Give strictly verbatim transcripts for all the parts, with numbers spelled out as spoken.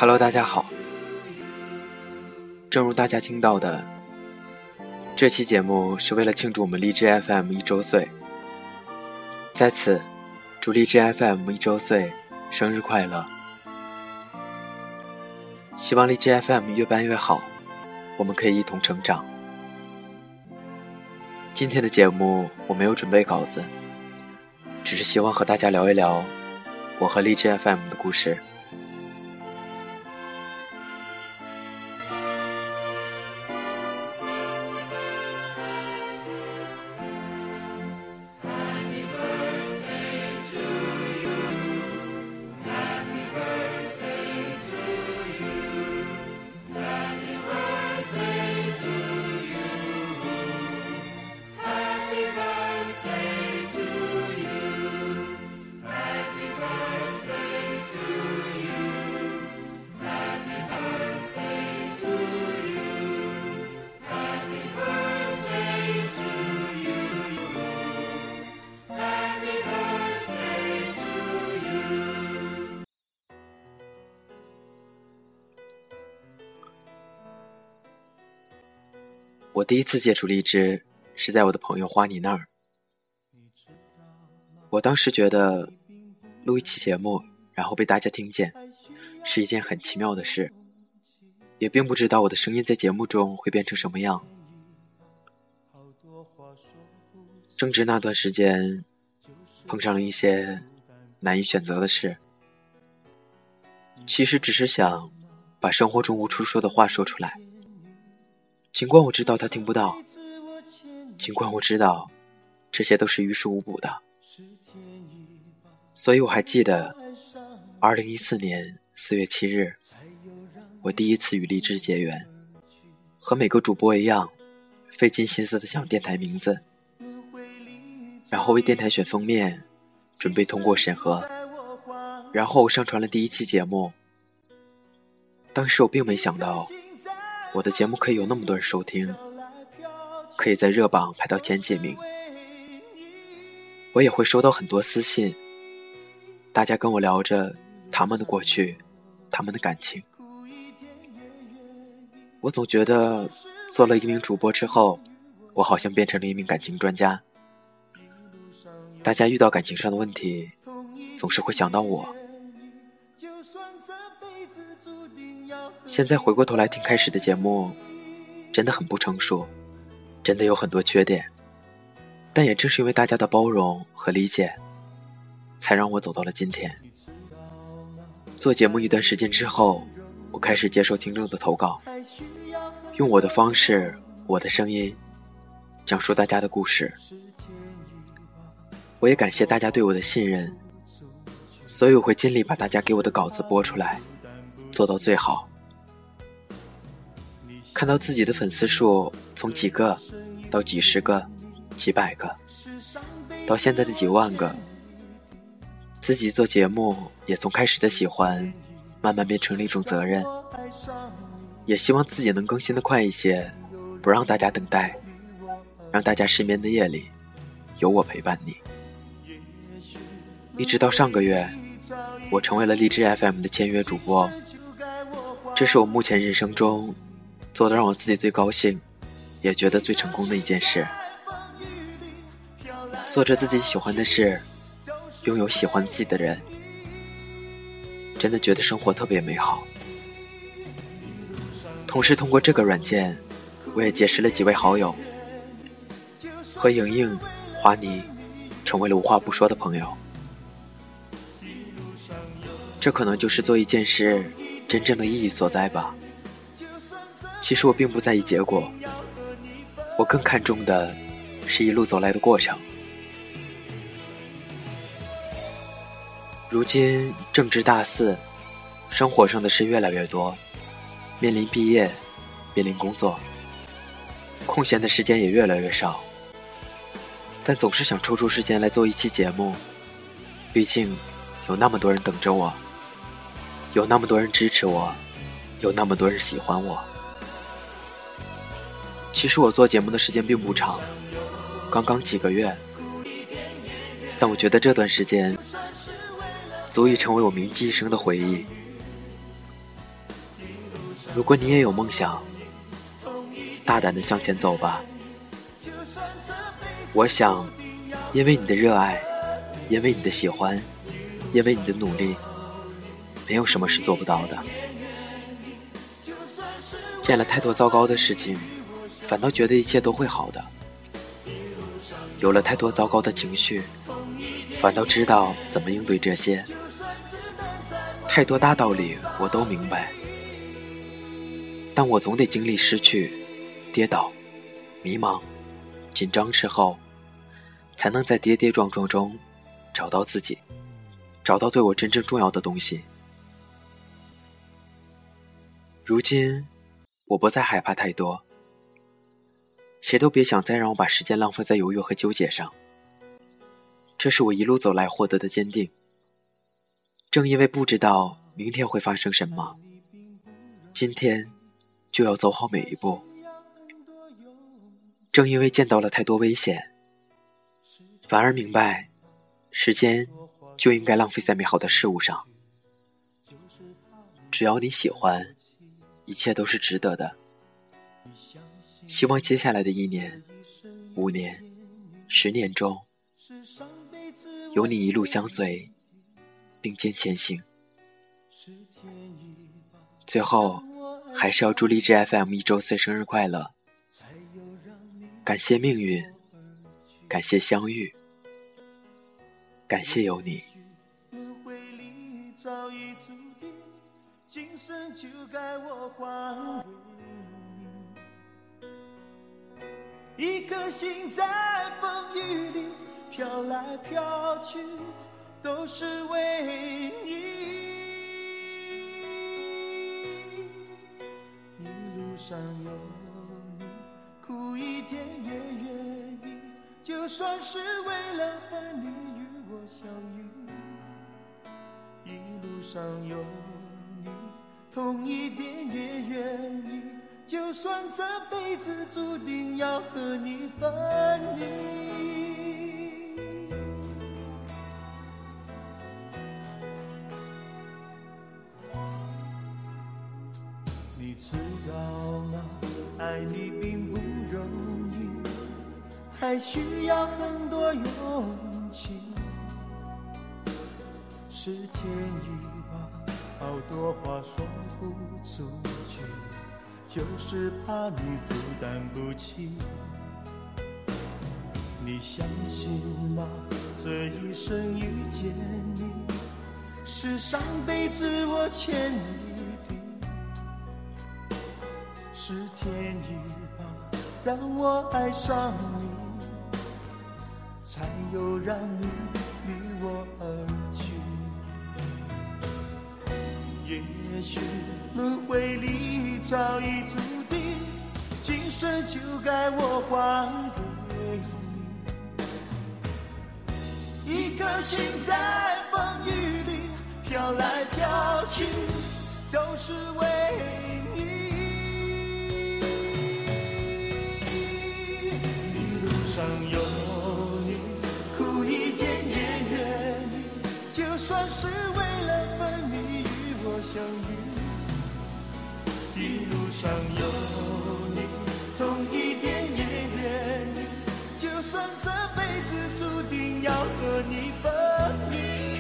Hello， 大家好。正如大家听到的，这期节目是为了庆祝我们荔枝 F M 一周岁，在此祝荔枝 F M 一周岁生日快乐！希望荔枝 F M 越办越好，我们可以一同成长。今天的节目我没有准备稿子，只是希望和大家聊一聊我和荔枝 F M 的故事。我第一次接触荔枝是在我的朋友花妮那儿。我当时觉得录一期节目然后被大家听见是一件很奇妙的事，也并不知道我的声音在节目中会变成什么样。正值那段时间碰上了一些难以选择的事，其实只是想把生活中无处说的话说出来，尽管我知道他听不到，尽管我知道这些都是于事无补的。所以我还记得二零一四年四月七日，我第一次与荔枝结缘，和每个主播一样费尽心思地想电台名字，然后为电台选封面，准备通过审核，然后上传了第一期节目。当时我并没想到我的节目可以有那么多人收听，可以在热榜排到前几名。我也会收到很多私信，大家跟我聊着他们的过去，他们的感情。我总觉得做了一名主播之后，我好像变成了一名感情专家。大家遇到感情上的问题，总是会想到我。现在回过头来听开始的节目，真的很不成熟，真的有很多缺点，但也正是因为大家的包容和理解，才让我走到了今天。做节目一段时间之后，我开始接受听众的投稿，用我的方式，我的声音，讲述大家的故事。我也感谢大家对我的信任，所以我会尽力把大家给我的稿子播出来，做到最好。看到自己的粉丝数从几个到几十个、几百个，到现在的几万个，自己做节目也从开始的喜欢慢慢变成了一种责任，也希望自己能更新的快一些，不让大家等待，让大家失眠的夜里有我陪伴你。一直到上个月，我成为了荔枝 F M 的签约主播，这是我目前人生中做得让我自己最高兴也觉得最成功的一件事。做着自己喜欢的事，拥有喜欢自己的人，真的觉得生活特别美好。同时通过这个软件，我也结识了几位好友，和莹莹、华妮成为了无话不说的朋友。这可能就是做一件事真正的意义所在吧。其实我并不在意结果，我更看重的是一路走来的过程。如今正值大四，生活上的事越来越多，面临毕业，面临工作，空闲的时间也越来越少，但总是想抽出时间来做一期节目，毕竟有那么多人等着我，有那么多人支持我，有那么多人喜欢我。其实我做节目的时间并不长，刚刚几个月，但我觉得这段时间足以成为我铭记一生的回忆。 如果你也有梦想，大胆地向前走吧。我想，因为你的热爱，因为你的喜欢，因为你的努力，没有什么是做不到的。见了太多糟糕的事情，反倒觉得一切都会好的。有了太多糟糕的情绪，反倒知道怎么应对这些。太多大道理我都明白，但我总得经历失去、跌倒、迷茫、紧张之后，才能在跌跌撞撞中找到自己，找到对我真正重要的东西。如今我不再害怕太多，谁都别想再让我把时间浪费在犹豫和纠结上。这是我一路走来获得的坚定。正因为不知道明天会发生什么，今天就要走好每一步。正因为见到了太多危险，反而明白时间就应该浪费在美好的事物上。只要你喜欢，一切都是值得的。希望接下来的一年、五年、十年中，有你一路相随，并肩前行。最后还是要祝励志 F M 一周岁生日快乐，感谢命运，感谢相遇，感谢有你。今生就该我还给你，一颗心在风雨里飘来飘去，都是为你。一路上有你，苦一点也愿意，就算是为了分离与我相遇。一路上有你，痛一点也愿意，就算这辈子注定要和你分离。你知道吗？爱你并不容易，还需要很多勇气。是天意吧，好多话说不出去，就是怕你负担不起。你相信吗？这一生遇见你，是上辈子我欠你的。是天意吧，让我爱上你，才有让你离我而去。也许轮回里早已注定，今生就该我还给你。一颗心在风雨里飘来飘去，都是为你。一路上有你，苦一点也愿意，就算是为了分离相遇。一路上有你，痛一点也愿意，就算这辈子注定要和你分离。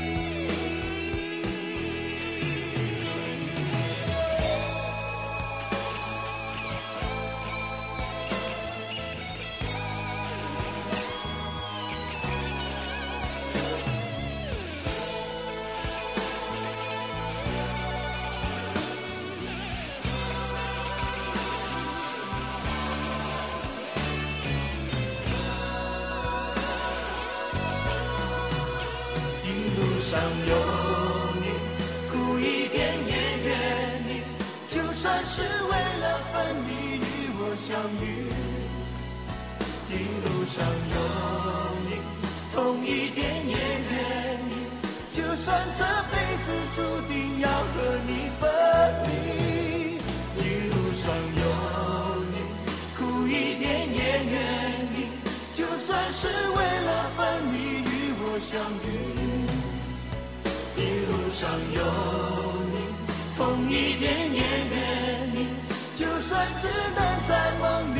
上有你，苦一点也愿意，就算是为了分离与我相遇。一路上有你，痛一点也愿意，就算这辈子注定要和你分离。一路上有你，苦一点也愿意，就算是为了分离与我相遇。一路上有你，痛一点也愿意， 自的在梦